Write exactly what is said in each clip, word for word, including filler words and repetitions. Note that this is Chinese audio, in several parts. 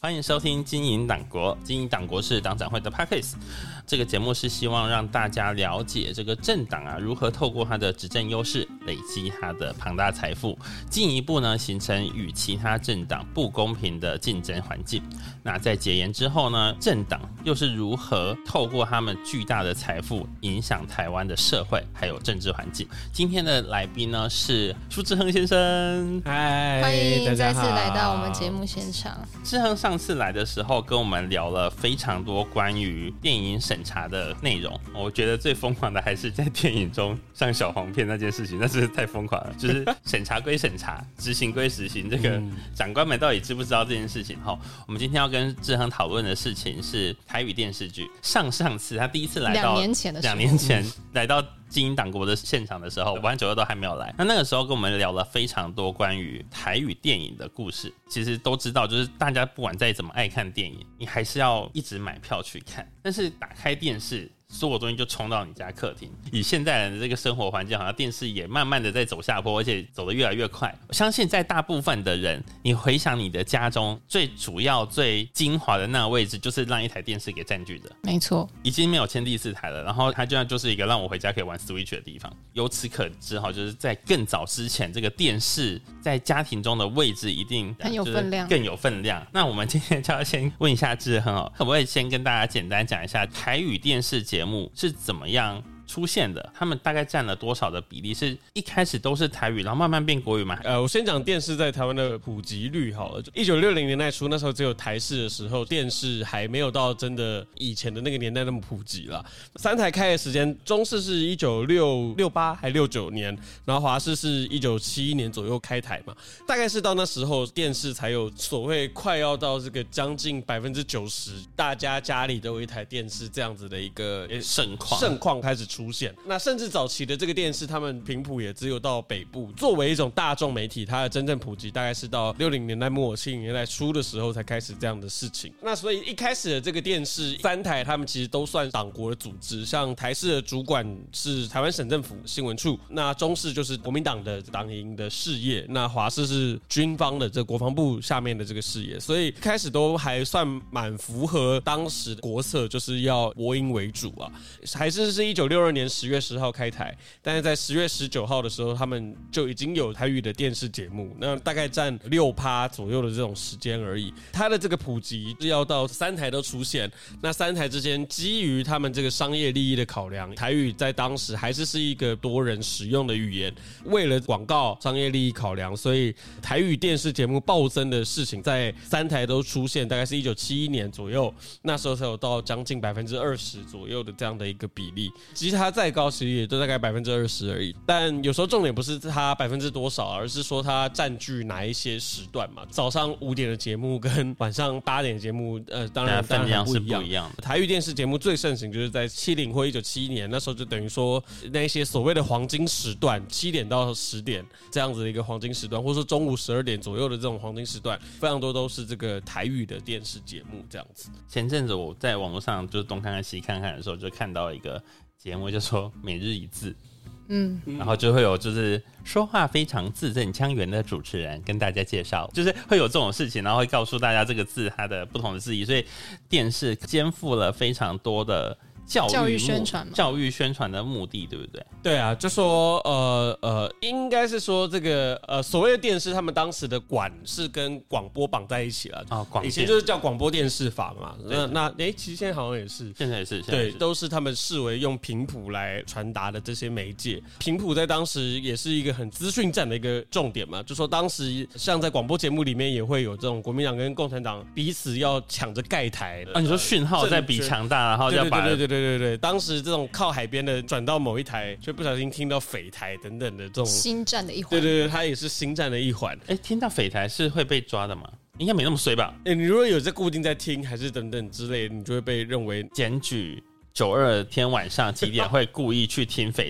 欢迎收听经营党国，经营党国是党展会的 Podcast。这个节目是希望让大家了解这个政党啊如何透过它的执政优势累积它的庞大财富，进一步呢形成与其他政党不公平的竞争环境。那在解严之后呢，政党又是如何透过他们巨大的财富影响台湾的社会还有政治环境？今天的来宾呢是苏致亨先生， 嗨， 欢迎再次来到我们节目现场。 致亨上次来的时候跟我们聊了非常多关于电影审查的内容，我觉得最疯狂的还是在电影中上小黄片那件事情，那真是太疯狂了。就是审查归审查，执行归执行，这个长官们到底知不知道这件事情？好，我们今天要跟致亨讨论的事情是台语电视剧。上上次他第一次来到两年前的时候， 两年前来到经营党国的现场的时候，完九二都还没有来。那那个时候跟我们聊了非常多关于台语电影的故事。其实都知道，就是大家不管再怎么爱看电影，你还是要一直买票去看。但是打开电视，所有东西就冲到你家客厅。以现代人的这个生活环境，好像电视也慢慢的在走下坡，而且走得越来越快。我相信在大部分的人，你回想你的家中最主要、最精华的那个位置，就是让一台电视给占据着。 没错， 已经没有签第四台了，然后它就像就是一个让我回家可以玩 Switch 的地方。由此可知，哈，就是在更早之前，这个电视在家庭中的位置一定很有分量， 更有分量。那我们今天就要先问一下致亨哦，可不可以先跟大家简单讲一下台语电视节目是怎么样出现的？他们大概占了多少的比例？是一开始都是台语，然后慢慢变国语吗？ 呃，我先讲电视在台湾的普及率好了。一九六零年代初，那时候只有台视的时候，电视还没有到真的以前的那个年代那么普及啦。三台开的时间，中视是一九六八还六九年，然后华视是一九七一年左右开台嘛。大概是到那时候，电视才有所谓快要到这个将近百分之九十，大家家里都有一台电视这样子的一个盛况盛况开始出。出现。那甚至早期的这个电视，他们频谱也只有到北部，作为一种大众媒体，它的真正普及大概是到六零年代末、七零年代初的时候才开始这样的事情。那所以一开始的这个电视三台，他们其实都算党国的组织，像台视的主管是台湾省政府新闻处，那中视就是国民党的党营的事业，那华视是军方的这国防部下面的这个事业，所以一开始都还算蛮符合当时的国策，就是要国营为主啊。台视是一九六二年十月十号开台，但是在十月十九号的时候，他们就已经有台语的电视节目，那大概占六趴左右的这种时间而已。它的这个普及是要到三台都出现，那三台之间基于他们这个商业利益的考量，台语在当时还是是一个多人使用的语言。为了广告商业利益考量，所以台语电视节目暴增的事情在三台都出现，大概是一九七一年左右，那时候才有到将近百分之二十左右的这样的一个比例。其实它再高，其实也都大概百分之二十而已。但有时候重点不是它百分之多少，而是说它占据哪一些时段嘛。早上五点的节目跟晚上八点的节目，呃，当然分量是不一样的。 台语电视节目最盛行就是在七零或一九七一年，那时候就等于说那些所谓的黄金时段，七点到十点这样子的一个黄金时段，或者说中午十二点左右的这种黄金时段，非常多都是这个台语的电视节目这样子。 前阵子我在网络上就是东看看西看看的时候，就看到一个节目就说每日一字，嗯，然后就会有就是说话非常字正腔圆的主持人跟大家介绍，就是会有这种事情，然后会告诉大家这个字它的不同的字义，所以电视肩负了非常多的教育, 教育宣传嘛， 教育宣传的目的，对不对？ 对啊，就说呃呃，应该是说这个呃所谓的电视，他们当时的管是跟广播绑在一起了啊、哦，以前就是叫广播电视法嘛。那那哎、欸，其实现在好像也是， 现在也是， 对，都是他们视为用频谱来传达的这些媒介。频谱在当时也是一个很资讯战的一个重点嘛，就说当时像在广播节目里面也会有这种国民党跟共产党彼此要抢着盖台啊，你说讯号在比强大，然后要把对对对对对对，当时这种靠海边的转到某一台，就不小心听到匪台等等的这种新战的一环， 对对对，它也是新战的一环。 哎，听到匪台是会被抓的吗？应该没那么衰吧？ 哎，你如果有在固定在听，还是等等之类的，你就会被认为检举。九二天晚上几点会故意去听匪台，然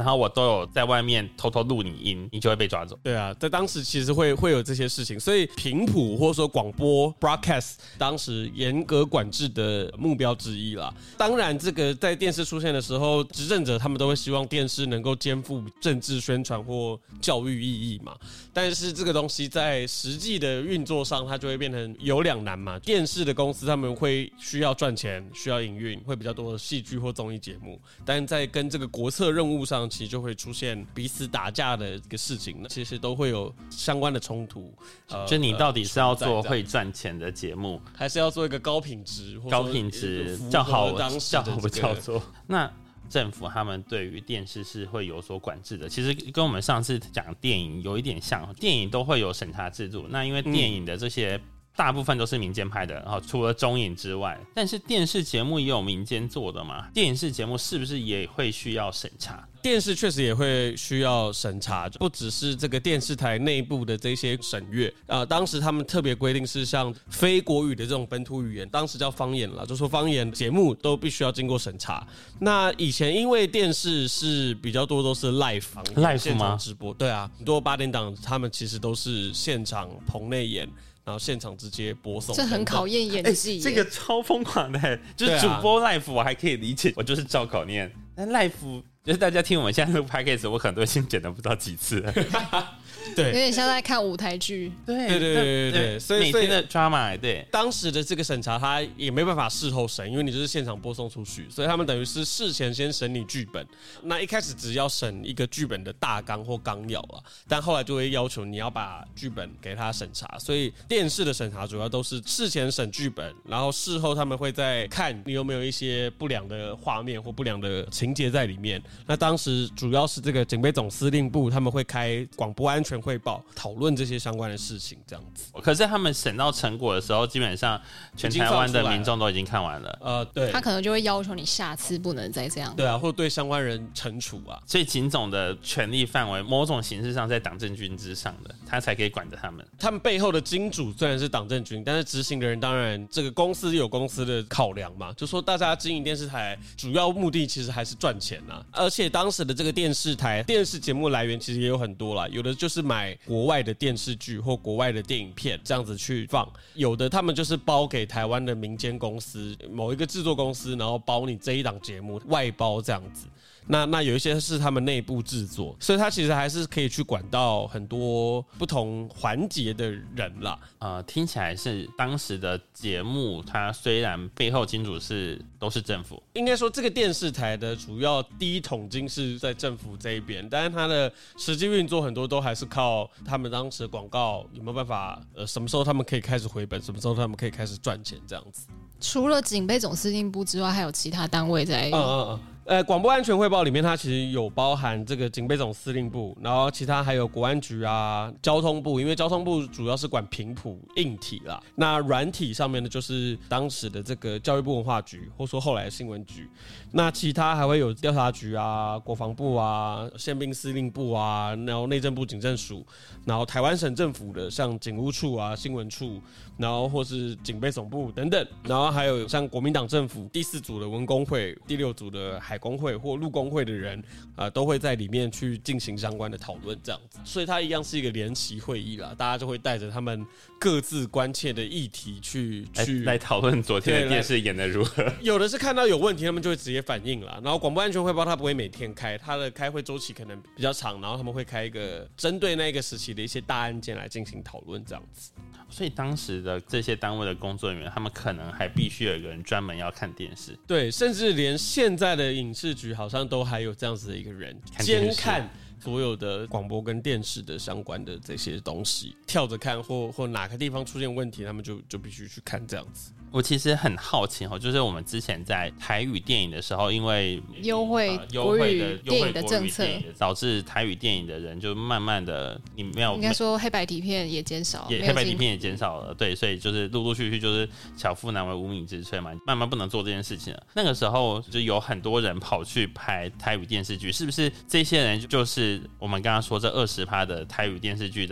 然后我都有在外面偷偷录你音，你就会被抓走。 对啊，在当时其实会会有这些事情，所以频谱或者说广播 broadcast 当时严格管制的目标之一啦。当然，这个在电视出现的时候，执政者他们都会希望电视能够肩负政治宣传或教育意义嘛。但是这个东西在实际的运作上，它就会变成有两难嘛。电视的公司他们会需要赚钱，需要营运，会比较多的戏剧或综艺节目，但在跟这个国策任务上，其实就会出现彼此打架的一个事情，其实都会有相关的冲突。 呃、就你到底是要做会赚钱的节目， 还是要做一个高品质、 高品质叫好叫好不叫做？ 那政府他们对于电视是会有所管制的，其实跟我们上次讲电影有一点像，电影都会有审查制度。那因为电影的这些大部分都是民间拍的，然后除了中影之外，但是电视节目也有民间做的嘛？电视节目是不是也会需要审查？ 电视确实也会需要审查，不只是这个电视台内部的这些审阅啊、呃。当时他们特别规定是像非国语的这种本土语言，当时叫方言啦，就说方言节目都必须要经过审查。那以前因为电视是比较多都是 live live 现场直播，对啊，很多八点档他们其实都是现场棚内演。然后现场直接播送， 这很考验演技、欸。 这个超疯狂的，就是主播 live 我还可以理解，我就是照考念。但 live 就是大家听我们现在录 podcast， 我可能都已经剪了不知道几次了。 对， 有点像在看舞台剧。 对对对对对，所以每天的 drama， 对， 当时的这个审查他也没办法事后审，因为你就是现场播送出去，所以他们等于是事前先审你剧本。那一开始只要审一个剧本的大纲或纲要啊，但后来就会要求你要把剧本给他审查。所以电视的审查主要都是事前审剧本，然后事后他们会再看你有没有一些不良的画面或不良的情节在里面。那当时主要是这个警备总司令部他们会开广播安全汇报，讨论这些相关的事情，这样子。 可是他们审到成果的时候，基本上全台湾的民众都已经看完了。 呃，对， 他可能就会要求你下次不能再这样。 对啊，或对相关人惩处啊。 所以警总的权力范围，某种形式上在党政军之上的，他才可以管着他们。 他们背后的金主虽然是党政军，但是执行的人当然这个公司有公司的考量嘛，就说大家经营电视台主要目的其实还是赚钱啊。而且当时的这个电视台电视节目来源其实也有很多啦，有的就是买国外的电视剧或国外的电影片这样子去放，有的他们就是包给台湾的民间公司某一个制作公司，然后包你这一档节目外包这样子。那那有一些是他们内部制作，所以他其实还是可以去管到很多不同环节的人啦。 呃，听起来是当时的节目，它虽然背后金主是都是政府， 应该说这个电视台的主要第一桶金是在政府这一边，但是它的实际运作很多都还是靠他们当时的广告有没有办法，呃，什么时候他们可以开始回本，什么时候他们可以开始赚钱这样子。 除了警备总司令部之外，还有其他单位在。 嗯嗯嗯。呃，广播安全汇报里面，它其实有包含这个警备总司令部，然后其他还有国安局啊、交通部，因为交通部主要是管频谱硬体啦，那软体上面的就是当时的这个教育部文化局，或说后来的新闻局，那其他还会有调查局啊、国防部啊、宪兵司令部啊，然后内政部警政署，然后台湾省政府的像警务处啊、新闻处，然后或是警备总部等等，然后还有像国民党政府第四组的文工会、第六组的海工会或陆工会的人，呃，都会在里面去进行相关的讨论，这样子，所以它一样是一个联席会议啦，大家就会带着他们各自关切的议题去去来讨论昨天的电视演得如何。 有的是看到有问题，他们就会直接反映啦。然后广播安全汇报它不会每天开，它的开会周期可能比较长，然后他们会开一个针对那个时期的一些大案件来进行讨论，这样子。 所以当时的这些单位的工作人员，他们可能还必须有一个人专门要看电视。 对，甚至连现在的影视局好像都还有这样子的一个人监看所有的广播跟电视的相关的这些东西，跳着看或或哪个地方出现问题，他们就就必须去看这样子。 我其实很好奇哦，就是我们之前在台语电影的时候，因为优惠国语电影的政策， 导致台语电影的人就慢慢的，你没有应该说黑白底片也减少， 也黑白底片也减少了，对，所以就是陆陆续续就是巧妇难为无米之炊嘛，慢慢不能做这件事情了。那个时候就有很多人跑去拍台语电视剧，是不是这些人就是我们刚刚说这二十趴的台语电视剧的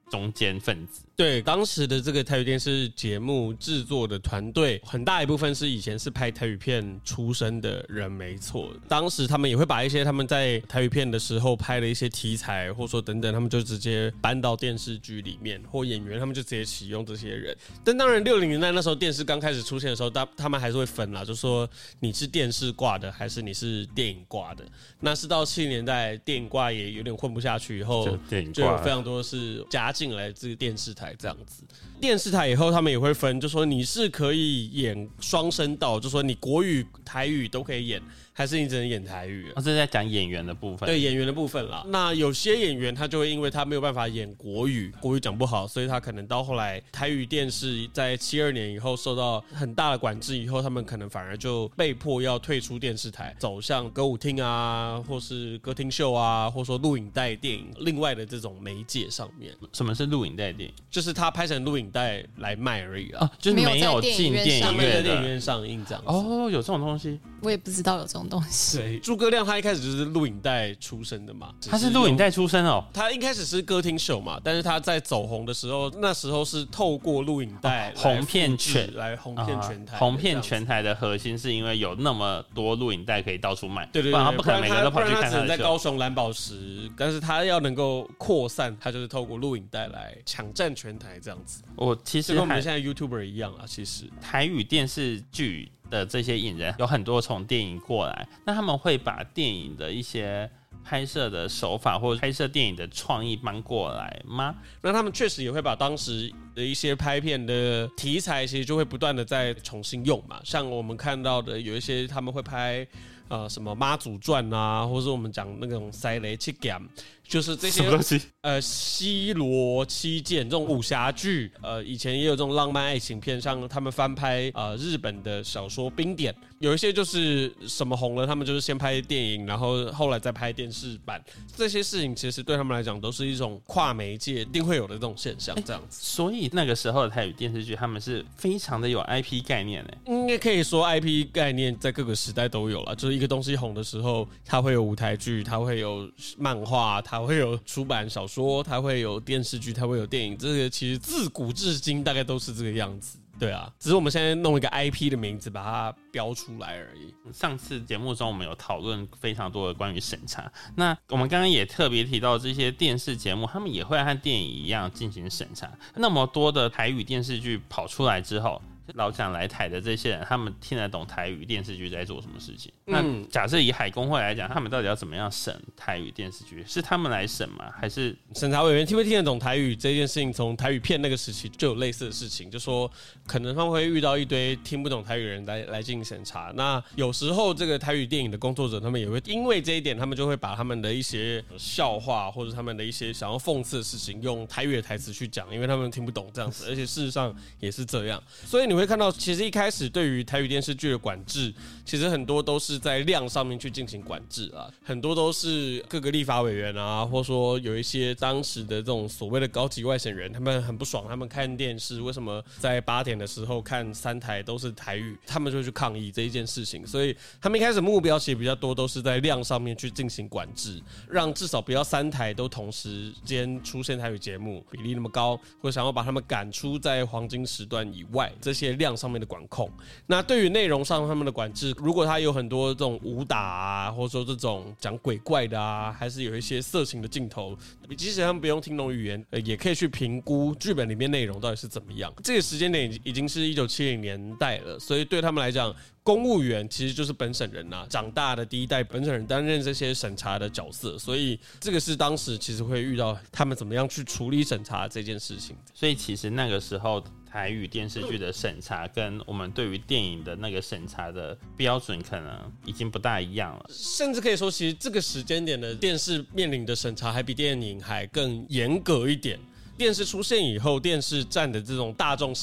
中间分子。 对，当时的这个台语电视节目制作的团队，很大一部分是以前是拍台语片出身的人，没错。当时他们也会把一些他们在台语片的时候拍的一些题材，或者说等等，他们就直接搬到电视剧里面，或演员他们就直接启用这些人。但当然，六零年代那时候电视刚开始出现的时候，他他们还是会分啦，就说你是电视挂的还是你是电影挂的。那是到七零年代，电影挂也有点混不下去以后， 就电影挂就有非常多是加进来这个电视台这样子。电视台以后他们也会分，就说你是可以演双声道，就说你国语台语都可以演，还是你只能演台语、啊哦、这是在讲演员的部分。 对，演员的部分啦。那有些演员他就会因为他没有办法演国语，国语讲不好，所以他可能到后来台语电视在七二年以后受到很大的管制以后，他们可能反而就被迫要退出电视台，走向歌舞厅啊，或是歌厅秀啊，或者说录影带电影另外的这种媒介上面。 什么是录影带电影？ 就是他拍成录影带来卖而已啊， 哦、就是没有进电影院的， 在电影院上映这样子。 哦，有这种东西， 我也不知道有这种东西。 对，诸葛亮他一开始就是录影带出身的嘛， 他是录影带出身哦。 他一开始是歌厅秀嘛，但是他在走红的时候，那时候是透过录影带、 哦、红遍全来红遍全台、 啊，红遍全台的核心是因为有那么多录影带可以到处卖， 对对对， 不然他不可能每个人都跑去看他的秀。 不然他只能在高雄蓝宝石，但是他要能够扩散，他就是透过录影带来抢占全台这样子。 我其实就跟我们现在 YouTuber 一样啊，其实台语电视剧的这些影人有很多从电影过来，那他们会把电影的一些拍摄的手法或者拍摄电影的创意搬过来吗？ 那他们确实也会把当时的一些拍片的题材，其实就会不断的再重新用嘛。像我们看到的有一些他们会拍呃什么妈祖传啊，或者我们讲那种塞雷七剑，就是这些呃西罗七剑这种武侠剧，呃以前也有这种浪漫爱情片，像他们翻拍呃日本的小说《冰点》，有一些就是什么红了，他们就是先拍电影，然后后来再拍电视版。这些事情其实对他们来讲都是一种跨媒介一定会有的这种现象，这样子。 所以那个时候的台语电视剧，他们是非常的有 I P 概念的， 应该可以说 I P 概念在各个时代都有了，就是一个东西红的时候，它会有舞台剧，它会有漫画，它会有出版小说，它会有电视剧，它会有电影，这个其实自古至今大概都是这个样子。对啊，只是我们现在弄一个 I P 的名字把它标出来而已。 上次节目中我们有讨论非常多的关于审查，那我们刚刚也特别提到这些电视节目，他们也会和电影一样进行审查。那么多的台语电视剧跑出来之后，老蒋来台的这些人，他们听得懂台语电视剧在做什么事情？那假设以海工会来讲，他们到底要怎么样审台语电视剧？是他们来审吗？还是审查委员听不听得懂台语这件事情？从台语片那个时期就有类似的事情，就说可能他们会遇到一堆听不懂台语的人来来进行审查。那有时候这个台语电影的工作者，他们也会因为这一点，他们就会把他们的一些笑话或者他们的一些想要讽刺的事情，用台语的台词去讲，因为他们听不懂这样子，而且事实上也是这样。所以你会看到，其实一开始对于台语电视剧的管制，其实很多都是在量上面去进行管制啊，很多都是各个立法委员啊，或者说有一些当时的这种所谓的高级外省人，他们很不爽，他们看电视为什么在八点的时候看三台都是台语，他们就去抗议这一件事情。所以他们一开始目标其实比较多都是在量上面去进行管制，让至少不要三台都同时间出现台语节目比例那么高，或者想要把他们赶出在黄金时段以外这些量上面的管控。那对于内容上他们的管制，如果他有很多这种武打啊，或者说这种讲鬼怪的啊，还是有一些色情的镜头，即使他们不用听懂语言，呃，也可以去评估剧本里面内容到底是怎么样。这个时间点已经是一九七零年代了，所以对他们来讲，公务员其实就是本省人啊，长大的第一代本省人担任这些审查的角色，所以这个是当时其实会遇到他们怎么样去处理审查这件事情。 所以其实那个时候台语电视剧的审查跟我们对于电影的那个审查的标准可能已经不大一样了， 甚至可以说其实这个时间点的电视面临的审查还比电影还更严格一点。电视出现以后，电视占的这种大众性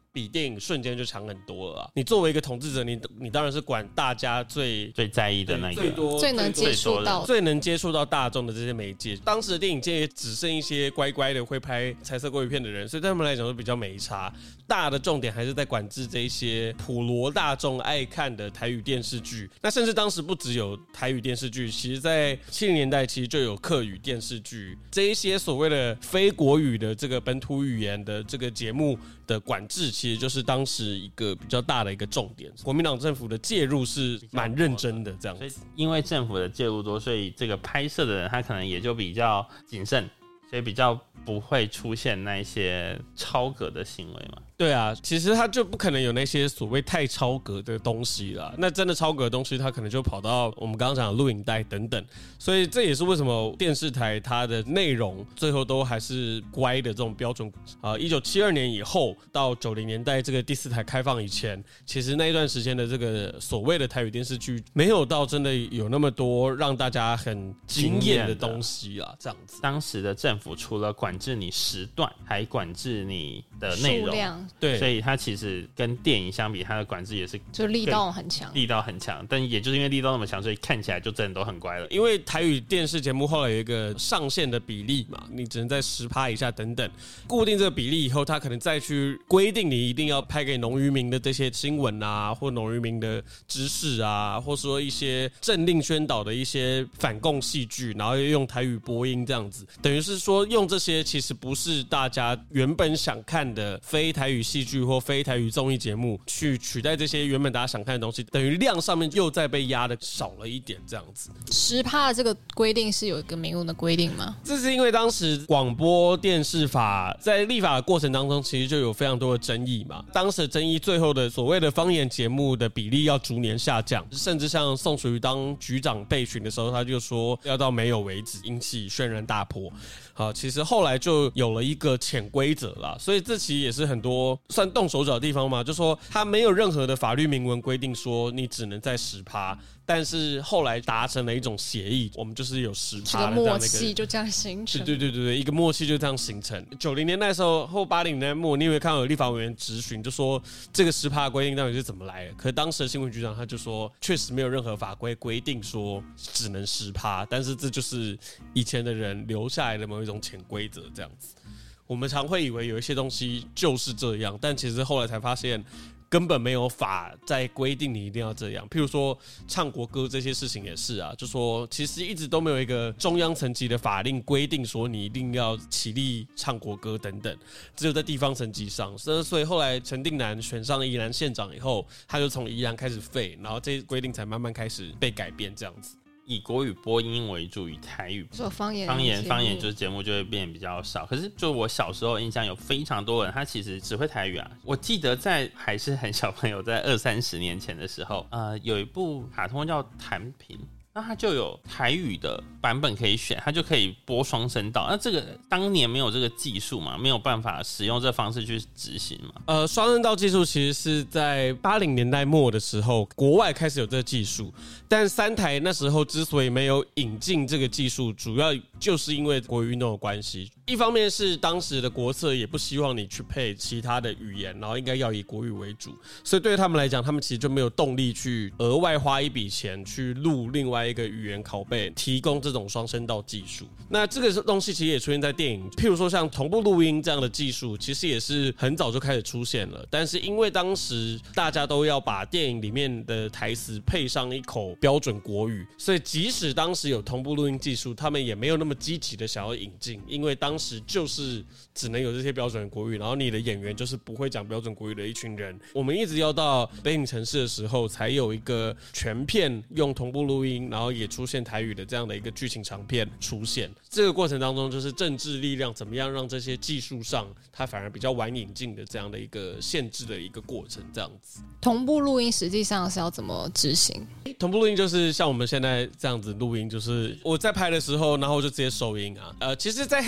比电影瞬间就强很多了啊。你作为一个统治者，你你当然是管大家最最在意的那个， 最多最能接触到、 最能接触到大众的这些媒介。当时的电影界也只剩一些乖乖的会拍彩色国语片的人，所以对他们来讲都比较没差。大的重点还是在管制这些普罗大众爱看的台语电视剧。那甚至当时不只有台语电视剧，其实在七零年代其实就有客语电视剧，这一些所谓的非国语的这个本土语言的这个节目的管制，其实就是当时一个比较大的一个重点。国民党政府的介入是蛮认真的，这样子。 所以因为政府的介入多，所以这个拍摄的人他可能也就比较谨慎，所以比较不会出现那一些超格的行为嘛。 对啊，其实他就不可能有那些所谓太超格的东西啦。那真的超格的东西，他可能就跑到我们刚刚讲的录影带等等。所以这也是为什么电视台它的内容最后都还是乖的这种标准。啊、呃，一九七二年以后到九零年代这个第四台开放以前，其实那一段时间的这个所谓的台语电视剧，没有到真的有那么多让大家很惊艳的东西啊。这样子， 当时的政府除了管制你时段，还管制你的内容。 对， 所以它其实跟电影相比，它的管制也是就力道很强， 力道很强。但也就是因为力道那么强，所以看起来就真的都很乖了。 因为台语电视节目后来有一个上限的比例嘛，你只能在十趴以下等等，固定这个比例以后，他可能再去规定你一定要拍给农渔民的这些新闻啊，或农渔民的知识啊，或说一些政令宣导的一些反共戏剧，然后又用台语播音这样子，等于是说用这些其实不是大家原本想看的非台语戏剧或非台语综艺节目，去取代这些原本大家想看的东西，等于量上面又再被压的少了一点这样子。 十趴的这个规定是有一个明文的规定吗？ 这是因为当时广播电视法在立法的过程当中，其实就有非常多的争议嘛。当时的争议最后的所谓的方言节目的比例要逐年下降，甚至像宋楚瑜当局长备询的时候，他就说要到没有为止，引起轩然大波。好，其实后来就有了一个潜规则啦，所以这其实也是很多算动手脚的地方嘛，就说他没有任何的法律明文规定说你只能在十趴，但是后来达成了一种协议，我们就是有十趴的这样的一个默契，就这样形成。 对对对对，一个默契就这样形成。九零年代的时候或八零年代末，你有没有看到有立法委员质询，就说这个十趴的规定到底是怎么来的？可是当时的新闻局长他就说，确实没有任何法规规定说只能十趴，但是这就是以前的人留下来的某一种潜规则，这样子。我们常会以为有一些东西就是这样，但其实后来才发现根本没有法在规定你一定要这样。譬如说唱国歌这些事情也是啊，就说其实一直都没有一个中央层级的法令规定说你一定要起立唱国歌等等，只有在地方层级上。所以后来陈定南选上宜兰县长以后，他就从宜兰开始废，然后这些规定才慢慢开始被改变这样子。 以国语播音为主，以台语说方言方言方言就是节目就会变比较少。可是就我小时候印象有非常多人他其实只会台语啊。我记得在还是很小朋友，在二三十年前的时候，呃，有一部卡通叫《弹平》。那它就有台语的版本可以选，它就可以播双声道。那这个当年没有这个技术嘛，没有办法使用这方式去执行嘛。 呃，双声道技术其实是在八零年代末的时候，国外开始有这个技术，但三台那时候之所以没有引进这个技术，主要就是因为国语运动的关系。一方面是当时的国策也不希望你去配其他的语言，然后应该要以国语为主，所以对于他们来讲，他们其实就没有动力去额外花一笔钱去录另外一个语言拷贝，提供这种双声道技术。那这个东西其实也出现在电影，譬如说像同步录音这样的技术，其实也是很早就开始出现了。但是因为当时大家都要把电影里面的台词配上一口标准国语，所以即使当时有同步录音技术，他们也没有那么积极的想要引进，因为当时就是只能有这些标准的国语，然后你的演员就是不会讲标准国语的一群人。我们一直要到北影城市的时候，才有一个全片用同步录音，然后也出现台语的这样的一个剧情长片出现。这个过程当中，就是政治力量怎么样让这些技术上它反而比较晚引进的这样的一个限制的一个过程，这样子。 同步录音实际上是要怎么执行？ 同步录音就是像我们现在这样子录音，就是我在拍的时候，然后我就直接收音啊。呃，其实，在黑白片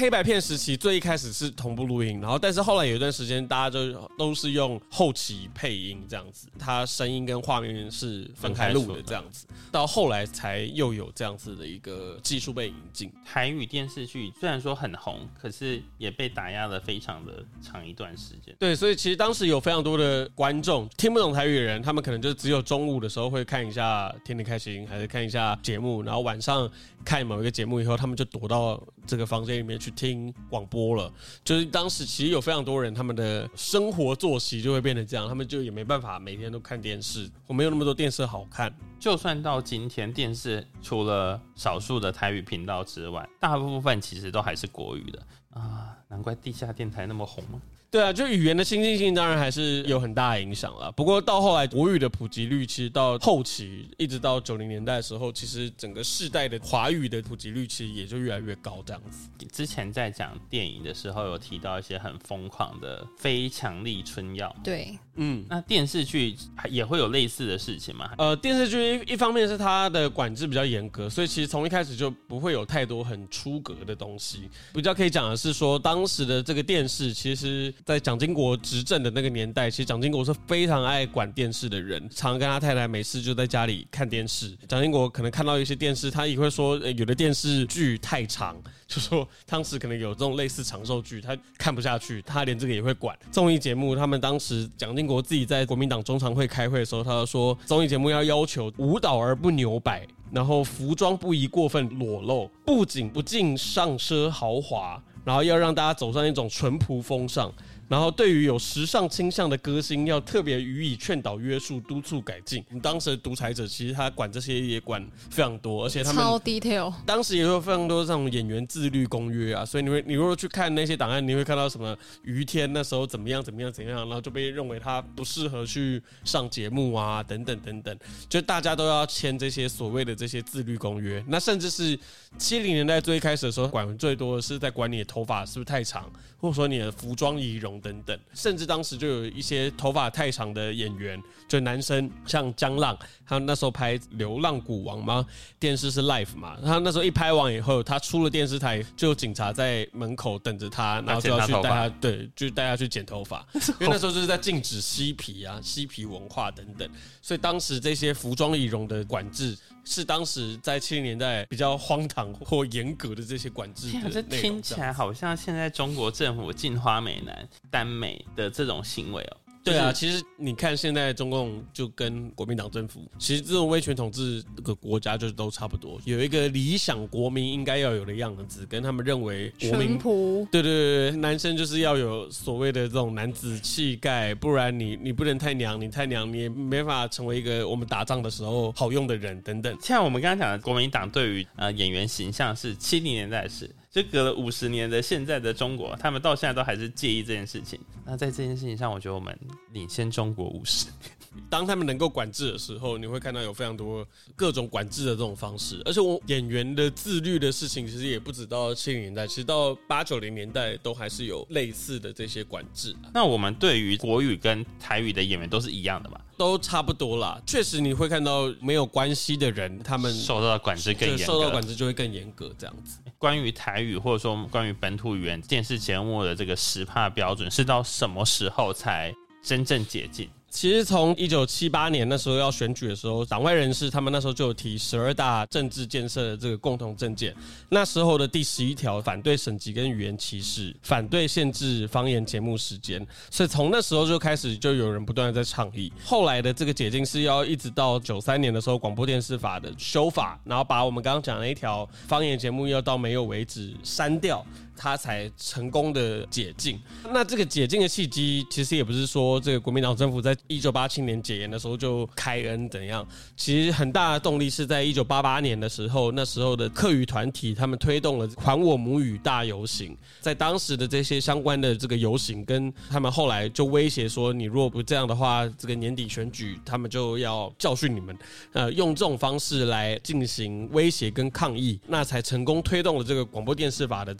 时期最一开始是同步录音，然后但是后来有一段时间大家就都是用后期配音这样子，它声音跟画面是分开录的这样子，到后来才又有这样子的一个技术被引进。 台语电视剧虽然说很红，可是也被打压了非常的长一段时间。 对，所以其实当时有非常多的观众听不懂台语的人，他们可能就只有中午的时候会看一下《天天开心》，还是看一下节目，然后晚上看某一个节目以后，他们就躲到这个房间里面去听广播了。就是当时其实有非常多人，他们的生活作息就会变成这样，他们就也没办法每天都看电视，我没有那么多电视好看。 就算到今天，电视除了少数的台语频道之外，大部分其实都还是国语的啊，难怪地下电台那么红嘛。 对啊，就语言的亲近性当然还是有很大的影响啦。不过到后来国语的普及率，其实到后期一直到九零年代的时候，其实整个世代的华语的普及率其实也就越来越高这样子。 之前在讲电影的时候，有提到一些很疯狂的非强力春药。 对， 嗯， 那电视剧也会有类似的事情吗？ 呃，电视剧一方面是它的管制比较严格，所以其实从一开始就不会有太多很出格的东西。比较可以讲的是说，当时的这个电视其实在蒋经国执政的那个年代，其实蒋经国是非常爱管电视的人，常跟他太太没事就在家里看电视。蒋经国可能看到一些电视，他也会说、呃、有的电视剧太长，就说当时可能有这种类似长寿剧，他看不下去，他连这个也会管。综艺节目，他们当时蒋经国自己在国民党中常会开会的时候，他就说综艺节目要要求舞蹈而不扭摆，然后服装不宜过分裸露，布景不尽上奢豪华，然后要让大家走上一种淳朴风尚。然后对于有时尚倾向的歌星，要特别予以劝导、约束、督促改进。当时的独裁者其实他管这些也管非常多，而且他们超 detail。 当时也有非常多这种演员自律公约啊，所以你会，你如果去看那些档案，你会看到什么于天那时候怎么样怎么样怎么样，然后就被认为他不适合去上节目啊，等等等等，就大家都要签这些所谓的这些自律公约。那甚至是七零年代最开始的时候，管最多的是在管你的头发是不是太长，或者说你的服装仪容等等，甚至当时就有一些头发太长的演员，就男生，像江浪，他那时候拍《流浪古王》嘛，电视是 live 嘛，他那时候一拍完以后，他出了电视台，就有警察在门口等着他，然后就要去带他，对，就带他去剪头发，因为那时候就是在禁止嬉皮啊、嬉皮文化等等，所以当时这些服装仪容的管制，是当时在七零年代比较荒唐或严格的这些管制的内容。 这听起来好像现在中国政府禁花美男、耽美的这种行为哦。 对啊，其实你看现在中共就跟国民党政府，其实这种威权统治这个国家就都差不多，有一个理想国民应该要有的样子，跟他们认为国民淳朴， 对对对，男生就是要有所谓的这种男子气概，不然你你不能太娘，你太娘你也没法成为一个我们打仗的时候好用的人等等。 像我们刚刚讲的，国民党对于呃演员形象是七零年代的事。就隔了五十年的现在的中国，他们到现在都还是介意这件事情。那在这件事情上，我觉得我们领先中国五十年。 当他们能够管制的时候，你会看到有非常多各种管制的这种方式。而且我演员的自律的事情，其实也不止到七零年代，其实到八九零年代都还是有类似的这些管制、啊。 那我们对于国语跟台语的演员都是一样的吧？ 都差不多啦。确实你会看到没有关系的人，他们受到的管制更严格， 受到管制就会更严格这样子。 关于台语或者说关于本土语言电视节目的这个十趴标准，是到什么时候才真正解禁？ 其实从一九七八年那时候要选举的时候，党外人士他们那时候就有提十二大政治建设的这个共同政见。那时候的第十一条反对省级跟语言歧视，反对限制方言节目时间。所以从那时候就开始就有人不断的在倡议。后来的这个解禁是要一直到九三年的时候，广播电视法的修法，然后把我们刚刚讲的一条方言节目要到没有为止删掉，它才成功的解禁。那这个解禁的契机，其实也不是说这个国民党政府在一九八七年解严的时候就开恩怎样，其实很大的动力是在一九八八年的时候，那时候的客语团体他们推动了还我母语大游行，在当时的这些相关的这个游行，跟他们后来就威胁说，你如果不这样的话，这个年底选举他们就要教训你们，呃，用这种方式来进行威胁跟抗议，那才成功推动了这个广播电视法的这个修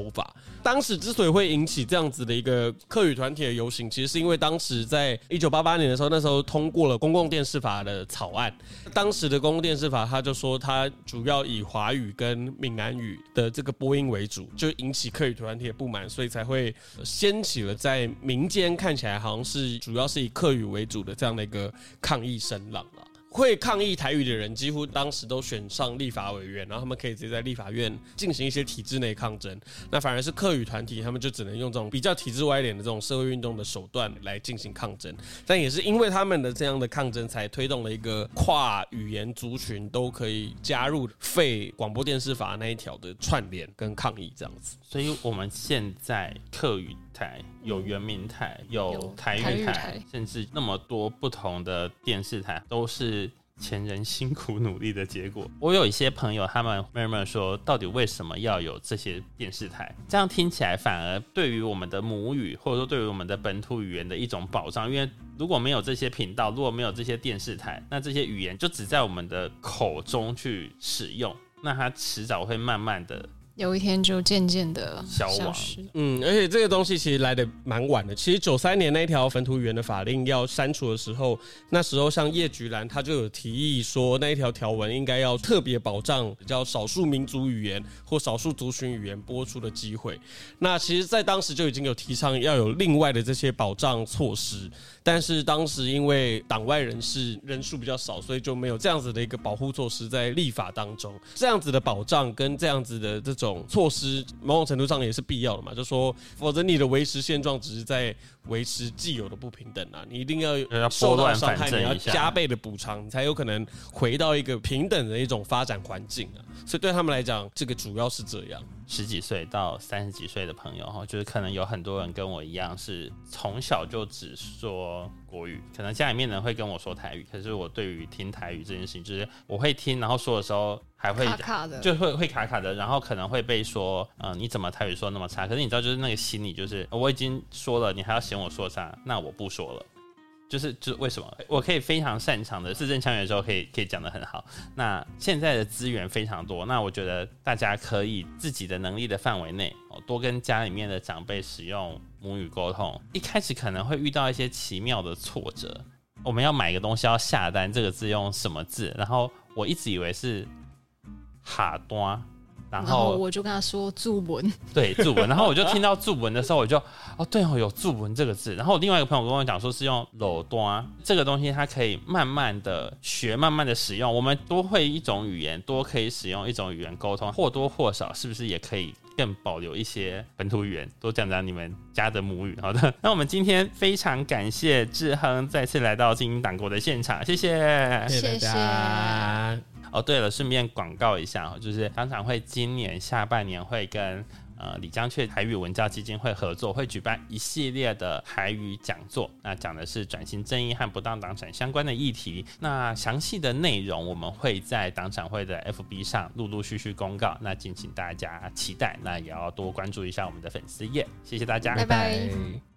法。当时之所以会引起这样子的一个客语团体的游行，其实是因为当时在一九八八年的时候，那时候通过了公共电视法的草案。当时的公共电视法，他就说它主要以华语跟闽南语的这个播音为主，就引起客语团体的不满，所以才会掀起了在民间看起来好像是主要是以客语为主的这样的一个抗议声浪啊。会抗议台语的人，几乎当时都选上立法委员，然后他们可以直接在立法院进行一些体制内抗争。那反而是客语团体，他们就只能用这种比较体制歪点的这种社会运动的手段来进行抗争。但也是因为他们的这样的抗争，才推动了一个跨语言族群都可以加入废广播电视法那一条的串联跟抗议这样子。 所以我们现在客语台有原民台，有台语 台, 台, 台甚至那么多不同的电视台，都是前人辛苦努力的结果。我有一些朋友，他们 murmur 说，到底为什么要有这些电视台？这样听起来反而对于我们的母语，或者说对于我们的本土语言的一种保障。因为如果没有这些频道，如果没有这些电视台，那这些语言就只在我们的口中去使用，那它迟早会慢慢的有一天就渐渐的消亡。 嗯，而且这个东西其实来的蛮晚的。其实九三年那条本土语言的法令要删除的时候，那时候像叶菊兰他就有提议说，那一条条文应该要特别保障比较少数民族语言或少数族群语言播出的机会。那其实，在当时就已经有提倡要有另外的这些保障措施，但是当时因为党外人士人数比较少，所以就没有这样子的一个保护措施在立法当中。这样子的保障跟这样子的这种措施某种程度上也是必要的嘛，就说否则你的维持现状只是在维持既有的不平等啊，你一定要受到伤害，你要加倍的补偿，你才有可能回到一个平等的一种发展环境啊。所以对他们来讲，这个主要是这样。 十几岁到三十几岁的朋友，就是可能有很多人跟我一样，是从小就只说国语，可能家里面人会跟我说台语，可是我对于听台语这件事情，就是我会听，然后说的时候还会卡卡的， 就会会卡卡的，然后可能会被说，嗯、呃，你怎么台语说那么差？可是你知道，就是那个心里就是我已经说了，你还要嫌我说差，那我不说了。就是就是为什么我可以非常擅长的字正腔圆的时候可以可以讲得很好。那现在的资源非常多，那我觉得大家可以自己的能力的范围内，多跟家里面的长辈使用母语沟通。一开始可能会遇到一些奇妙的挫折，我们要买个东西要下单，这个字用什么字？然后我一直以为是哈端。然 后, 然后我就跟他说注文， 对注文，然后我就听到注文的时候，我就哦对哦有注文这个字。然后另外一个朋友跟我讲说是用篓端这个东西，它可以慢慢的学，慢慢的使用。我们多会一种语言，多可以使用一种语言沟通，或多或少是不是也可以更保留一些本土语言？多讲讲你们家的母语。好的，那我们今天非常感谢志亨再次来到精英党国的现场，谢谢， 谢谢。 哦，对了，顺便广告一下，就是党产会今年下半年会跟呃李江雀台语文教基金会合作，会举办一系列的台语讲座，那讲的是转型正义和不当党产相关的议题。那详细的内容我们会在党产会的 F B 上陆陆续续公告，那敬请大家期待，那也要多关注一下我们的粉丝页，谢谢大家， 拜拜。